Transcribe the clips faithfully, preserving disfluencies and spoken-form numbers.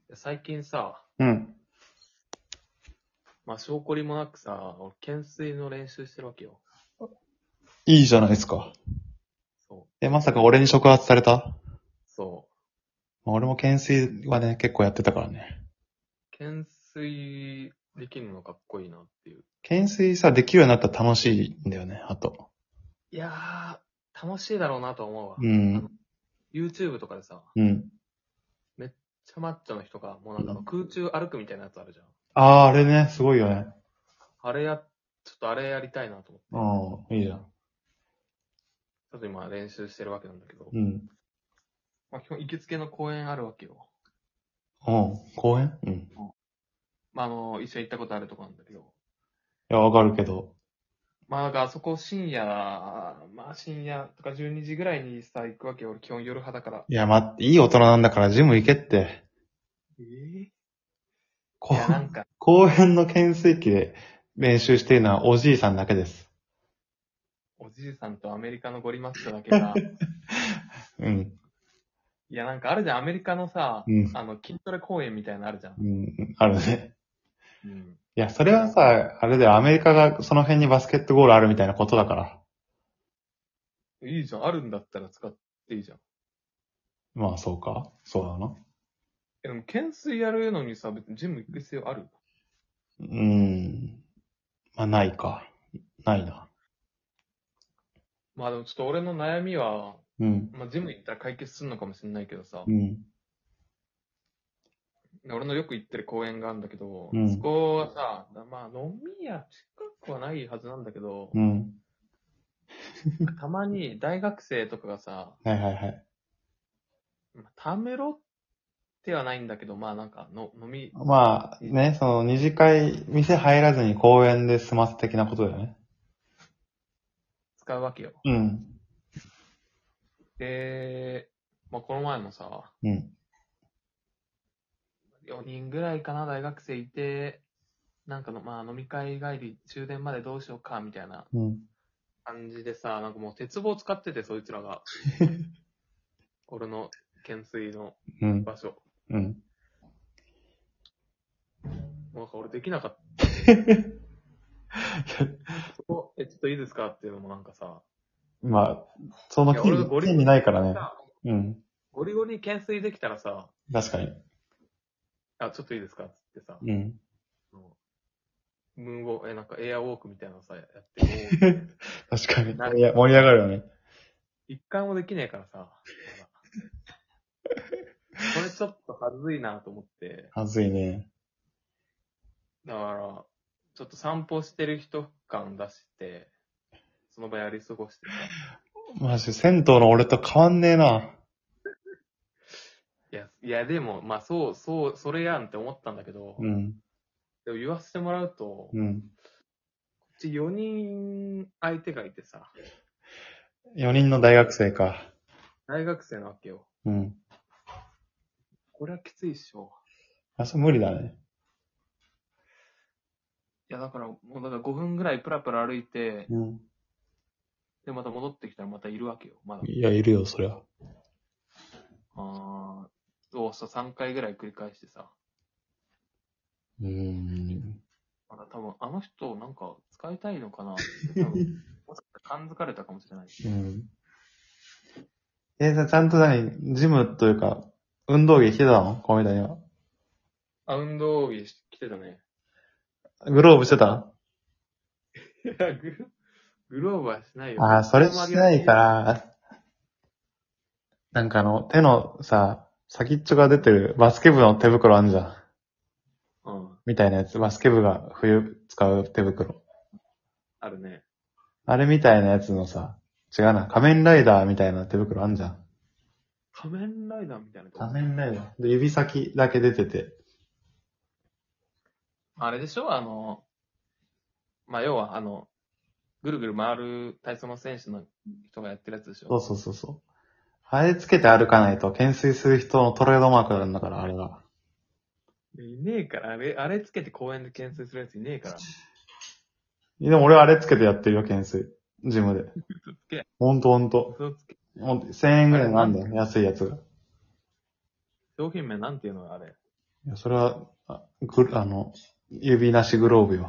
最近さ、 うん。 まあ、証拠りもなくさ、俺、懸垂の練習してるわけよ。 いいじゃないですか。 そえ、まさか俺に触発された？ う。そ俺も懸垂はね、結構やってたからね。 う。懸垂できるのかっこいいなっていう。 懸垂さ、できるようになったら楽しいんだよね、あと。 いやー、楽しいだろうなと思うわ。 うあの、 ん。 YouTube とかでさ、 うん。 めっちゃマッチョの人が、もうなんかあの空中歩くみたいなやつあるじゃん。 あー、あれね、すごいよね。 あれや、ちょっとあれやりたいなと思って、 うん、いいじゃん。 ちょっと今練習してるわけなんだけど、 うん。 まあ、基本行きつけの公園あるわけよ。 うん。公園うん。いまあ、あの、一緒に行ったことあるとこなんだけど、 や、わかるけど。 まあなんかあそこ深夜、まあ深夜とかじゅうにじぐらいにさ、行くわけよ。俺基本夜派だから。 いや、ま、いい大人なんだからジム行けって。 ええいこやなんか、 公園の懸垂器で練習しているのはおじいさんだけです。 おじいさんとアメリカのゴリマッチョだけが、 うん。 いやなんかあるじゃん、アメリカのさ、 うん。 あの筋トレ公園みたいなのあるじゃん。 うん。あるね。 うん。 いや、それはなんか、 さ、あれだよ、アメリカがその辺にバスケットゴールあるみたいなことだから。 いいじゃん、あるんだったら使っていいじゃん。 まあ、そうか。そうだな。 え、でも懸垂やるのにさ、別にジム行く必要ある？ うーん。まあ、ないか。ないな。 まあでもちょっと俺の悩みは、 うん。 まあジム行ったら解決するのかもしれないけどさ、 うん。 俺のよく行ってる公園があるんだけど、そうん。 こはさ、まあ飲み屋近くはないはずなんだけど、 うん。 たまに大学生とかがさ、 はいはいはい。 まあためろってはないんだけど、まあなんかの飲みまあ、 にね、その二次会、店入らずに公園で済ます的なことだよね。 使うわけよ。 うん。 で、まあこの前もさ、 うん。 よにんぐらいかな、大学生いて、なんかの、まあ飲み会帰り、終電までどうしようか、みたいなうん。 感じでさ、なんかもう鉄棒使ってて、そいつらが。俺の懸垂のうん。 場所。 うん。 もうなんか俺できなかったんで、そこ、え、ちょっといいですかっていうのもなんかさ、 まあ、そのいや、俺が権利、権利ゴリゴリないからね。 さ、 うん。 ゴリゴリ懸垂できたらさ、 確かに。 あ、ちょっといいですかっつってさ、 うん。 ムーンウォーク、え、なんかエアウォークみたいなのさ、やって、おーみたい確かに。 な。なる。 盛り盛り上がるよね。 一回もできねえからさ、まだこれちょっとはずいなと思って、 はずいね。 だから、ちょっと散歩してる人感出して、その場やり過ごしてさ、 マジ、銭湯の俺と変わんねえな。 いや、いやでも、まあそう、そう、それやんって思ったんだけど、 うん。 でも言わせてもらうと、こうん。 っちよにん相手がいてさ、 よにんの大学生か。 大学生なわけよ。 うん。 これはきついっしょ。 あ、それ無理だね。 いや、だから、もうだからごふんぐらいプラプラ歩いて、 うん。 で、また戻ってきたらまたいるわけよ、まだ。 いや、いるよ、そりゃ。 あー、をさ、さんかいぐらい繰り返してさ、 うーん。 まだ多分、あの人なんか使いたいのかなって、多分、もしかしたら感づかれたかもしれない。 うん。え、じゃあちゃんと何ジムというか、運動着着てたのこの間には。 あ、運動着着てたね。 グローブしてた？ いや、グロ、グローブはしないよ。 ああ、それ一回もあげられしないから、なんかあの、手のさ、先っちょが出てるバスケ部の手袋あんじゃん。 うん。 みたいなやつ。バスケ部が冬使う手袋。 あるね。 あれみたいなやつのさ、違うな、仮面ライダーみたいな手袋あんじゃん。 仮面ライダーみたいなとこ。 仮面ライダー。で、指先だけ出てて。 あれでしょあの、まあ、要は、あの、ぐるぐる回る体操の選手の人がやってるやつでしょ。 そうそうそうそう。あれつけて歩かないと、懸垂する人のトレードマークなんだから、あれが。 いねえから、あれ、あれつけて公園で懸垂するやついねえから。 でも俺はあれつけてやってるよ、懸垂。ジムで。 嘘つけ。 ほんとほんと。 嘘つけ。 ほんとせんえんぐらいあれなんなんだよ、安いやつが。 商品名なんていうのあれ。 いや、それは、あ、ぐ、あの、指なしグローブよ。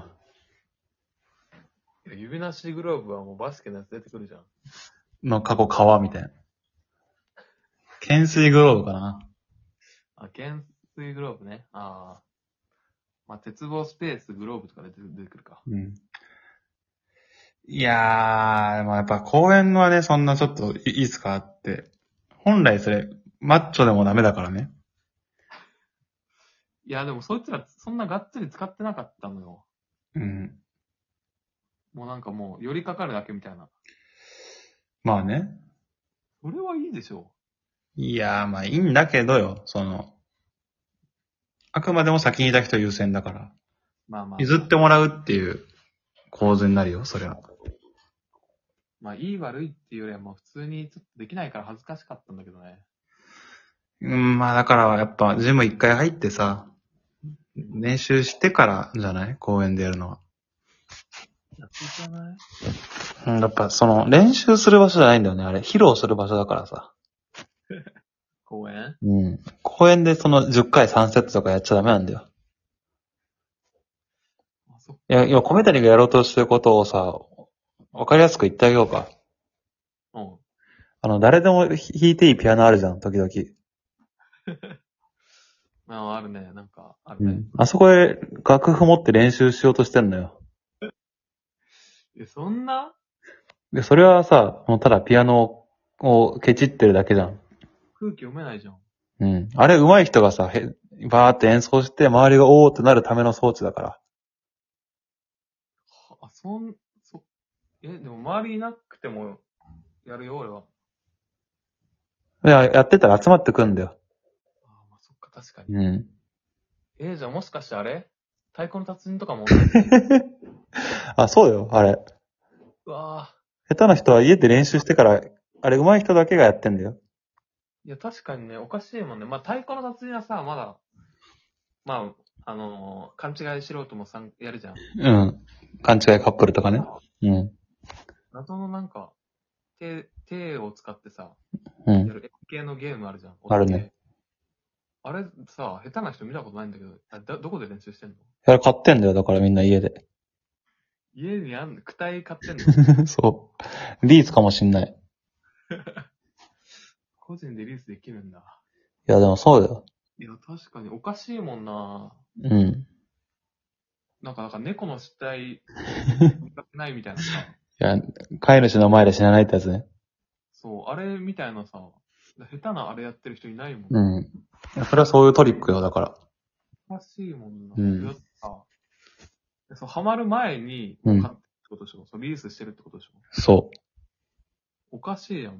いや指なしグローブはもうバスケのやつ出てくるじゃん。 の過去革みたいな。懸垂グローブかな。 あ、懸垂グローブね。ああ。まあ、鉄棒スペースグローブとかで出て出てくるか。 うん。いやー、まあやっぱ公園はね、そんなちょっといいいつかあって。本来それ、マッチョでもダメだからね。 いや、でもそいつらそんながっつり使ってなかったのよ。 うん。 もうなんかもう寄りかかるだけみたいな。 まあね。 それはいいでしょいやー、まあいいんだけどよ、その、あくまでも先にいた人優先だから。 う。まあまあ、まあ。 譲ってもらうっていう構図になるよ、そりゃ。 まあ、いい悪いっていうよりはもう普通にちょっとできないから恥ずかしかったんだけどね。 うん、まあだからやっぱジム一回入ってさ、練習してからじゃない公園でやるのは。 やっていかないうん、やっぱその練習する場所じゃないんだよね、あれ。披露する場所だからさ。 公園うん。公園でそのじゅっかいさんセットとかやっちゃダメなんだよ。 あ、そっか。 いや、今、米谷がやろうとしてることをさ、わかりやすく言ってあげようか。 うん。 あの、誰でも弾いていいピアノあるじゃん、時々。 まあ、あるね。なんか、あるね。 うん。あそこへ楽譜持って練習しようとしてんのよ。 え、そんなで、それはさ、もうただピアノをケチってるだけじゃん。 空気読めないじゃん。 うん。あれ上手い人がさ、へ、バーって演奏して周りがおーってなるための装置だから。 はあ、そん、そ、え、でも周りいなくてもやるよ、俺は。 いや、やってたら集まってくんだよ。 ああ、まあ、そっか、確かに。 うん。 えーじゃあもしかしてあれ太鼓の達人とかもあ、そうよ、あれ。 うわ下手な人は家で練習してから、あれ上手い人だけがやってんだよ。 ーいや、確かにね、おかしいもんね。まあ、太鼓の達人はさ、まだ、まあ、あのー勘違い素人もさんやるじゃん。 うん。勘違いカップルとかね。うん。 謎のなんか、手、手を使ってさ、 うん。 やる円形のゲームあるじゃん。 あるね。 あれさ、下手な人見たことないんだけど、あど、どこで練習してんのあれ買ってんだよ、だからみんな家で。 家にあん、躯体買ってんのそう。リースかもしんない。 個人でリリースできるんだ。 いや、でもそうだよ。 いや、確かにおかしいもんな。 うん。 なんか、なんか猫の死体、見かけないみたいなさ。 いや、飼い主の前で死なないってやつね。 そう、あれみたいなさ、下手なあれやってる人いないもん。 うん。いや、それはそういうトリックよ、だから。 おかしいもんな。 うんだってさ、そう、ハマる前に、 うん買ってってことでしょ、そう、リリースしてるってことでしょそおかしいやん、もう。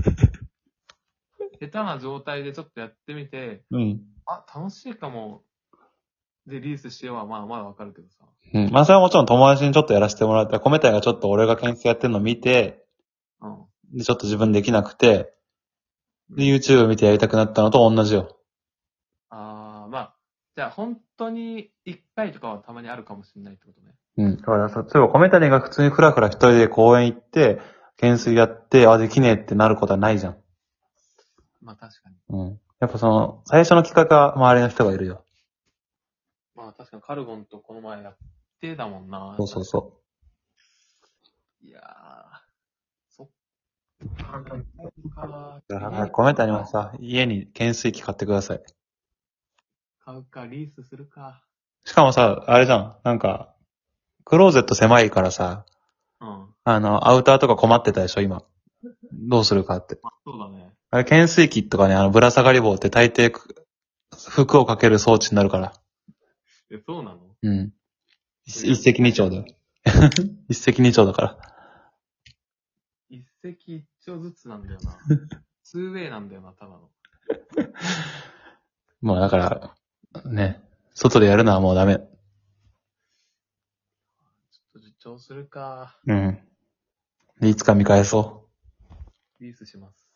下手な状態でちょっとやってみて、 う。うん。 あ、楽しいかも。で、リリースしようは、まあ、まだわかるけどさ。 うん。まあ、それはもちろん友達にちょっとやらせてもらって、米谷がちょっと俺が研究やってるの見て、 うん。 で、ちょっと自分できなくて、で、YouTube 見てやりたくなったのと同じよ。 あー、まあ、じゃあ、本当に一回とかはたまにあるかもしれないってことね。 うん。だからさ、例えば米谷が普通にふらふら一人で公園行って、懸垂やって、あ、できねえってなることはないじゃん。 まあ、確かに。 うん。やっぱその、最初の企画は周りの人がいるよ。 まあ、確かにカルゴンとこの前やってだもんな。 そうそうそいやー、そっか。かう。だから、米谷はさ、家に懸垂機買ってください。 買うか、リースするか。 しかもさ、あれじゃん。なんか、クローゼット狭いからさ、 うん。 あの、アウターとか困ってたでしょ、今。どうするかって。 まあ、そうだね。 あれ、懸垂機とかね、あの、ぶら下がり棒って大抵、服をかける装置になるから。 え、そうなのうん。一一石二鳥だよ。一石二鳥だから。 一石一鳥ずつなんだよな。ツーウェイなんだよな、ただの。 まあだから、ね、外でやるのはもうダメ。 ちょっと実調するか。 うん。でいつか見返そう。 リースします。